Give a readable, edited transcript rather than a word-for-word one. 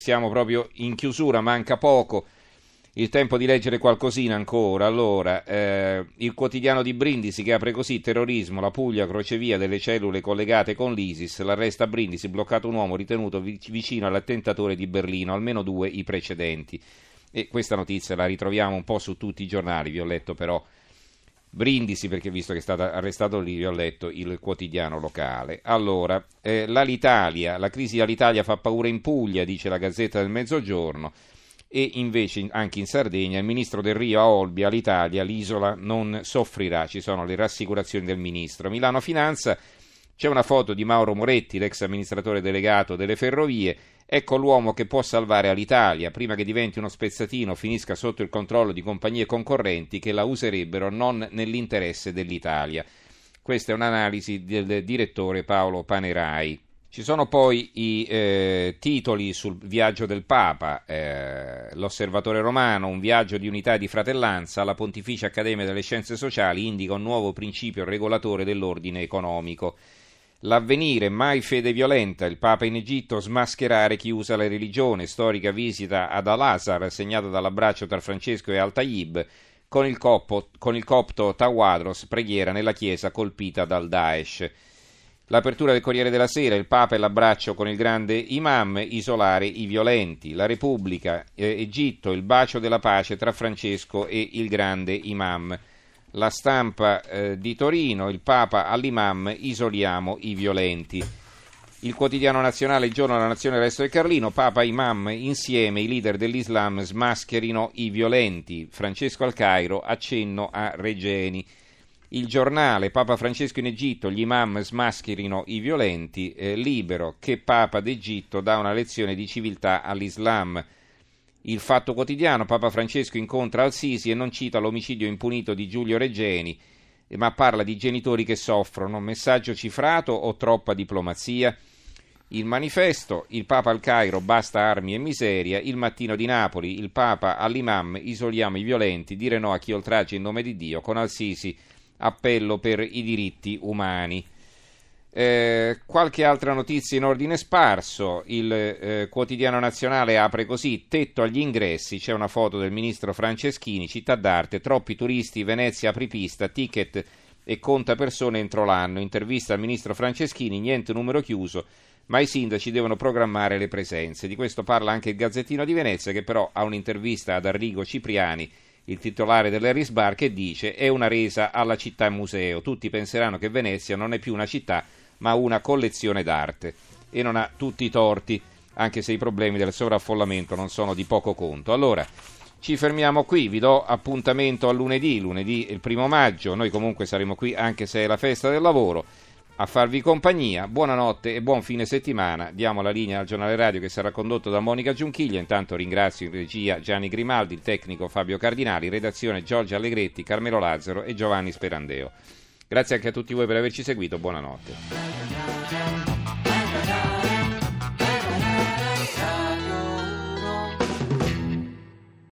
Siamo proprio in chiusura, manca poco, il tempo di leggere qualcosina ancora. Allora, il quotidiano di Brindisi che apre così: terrorismo, la Puglia, crocevia delle cellule collegate con l'ISIS, l'arresto a Brindisi, bloccato un uomo ritenuto vicino all'attentatore di Berlino, almeno 2 i precedenti. E questa notizia la ritroviamo un po' su tutti i giornali, vi ho letto però Brindisi perché visto che è stato arrestato lì vi ho letto il quotidiano locale. Allora, l'Alitalia, la crisi all'Italia fa paura in Puglia, dice la Gazzetta del Mezzogiorno, e invece anche in Sardegna il ministro Del Rio a Olbia, l'Italia, l'isola non soffrirà, ci sono le rassicurazioni del ministro. Milano Finanza, c'è una foto di Mauro Moretti, l'ex amministratore delegato delle ferrovie. Ecco l'uomo che può salvare Alitalia, prima che diventi uno spezzatino, finisca sotto il controllo di compagnie concorrenti che la userebbero non nell'interesse dell'Italia. Questa è un'analisi del direttore Paolo Panerai. Ci sono poi i titoli sul viaggio del Papa, l'Osservatore Romano, un viaggio di unità e di fratellanza, la Pontificia Accademia delle Scienze Sociali indica un nuovo principio regolatore dell'ordine economico. L'Avvenire, mai fede violenta, il Papa in Egitto, smascherare chi usa la religione, storica visita ad Al-Azhar segnata dall'abbraccio tra Francesco e Al-Tayyib, con il copto Tawadros, preghiera nella chiesa colpita dal Daesh. L'apertura del Corriere della Sera, il Papa e l'abbraccio con il grande imam, isolare i violenti. La Repubblica, Egitto, il bacio della pace tra Francesco e il grande imam. La Stampa di Torino, il Papa all'imam, isoliamo i violenti. Il Quotidiano Nazionale, il Giorno della Nazione, il Resto del Carlino, Papa imam insieme, i leader dell'Islam smascherino i violenti. Francesco al Cairo, accenno a Regeni. Il Giornale, Papa Francesco in Egitto, gli imam smascherino i violenti. Libero, che Papa d'Egitto dà una lezione di civiltà all'Islam. Il Fatto Quotidiano, Papa Francesco incontra Al-Sisi e non cita l'omicidio impunito di Giulio Regeni, ma parla di genitori che soffrono. Messaggio cifrato o troppa diplomazia? Il Manifesto, il Papa al Cairo, basta armi e miseria. Il Mattino di Napoli, il Papa all'imam, isoliamo i violenti, dire no a chi oltraggia in nome di Dio, con Al-Sisi, appello per i diritti umani. Qualche altra notizia in ordine sparso. Il Quotidiano Nazionale apre così: tetto agli ingressi, c'è una foto del ministro Franceschini, città d'arte, troppi turisti, Venezia apripista, ticket e conta persone entro l'anno, intervista al ministro Franceschini, niente numero chiuso, ma i sindaci devono programmare le presenze. Di questo parla anche il Gazzettino di Venezia, che però ha un'intervista ad Arrigo Cipriani, il titolare dell'Harris Bar, che dice: è una resa alla città museo, tutti penseranno che Venezia non è più una città ma una collezione d'arte, e non ha tutti i torti, anche se i problemi del sovraffollamento non sono di poco conto. Allora, ci fermiamo qui, vi do appuntamento a lunedì il 1 maggio, noi comunque saremo qui anche se è la festa del lavoro, a farvi compagnia. Buonanotte e buon fine settimana. Diamo la linea al giornale radio che sarà condotto da Monica Giunchiglia. Intanto ringrazio in regia Gianni Grimaldi, il tecnico Fabio Cardinali, redazione Giorgio Allegretti, Carmelo Lazzaro e Giovanni Sperandeo. Grazie anche a tutti voi per averci seguito, buonanotte.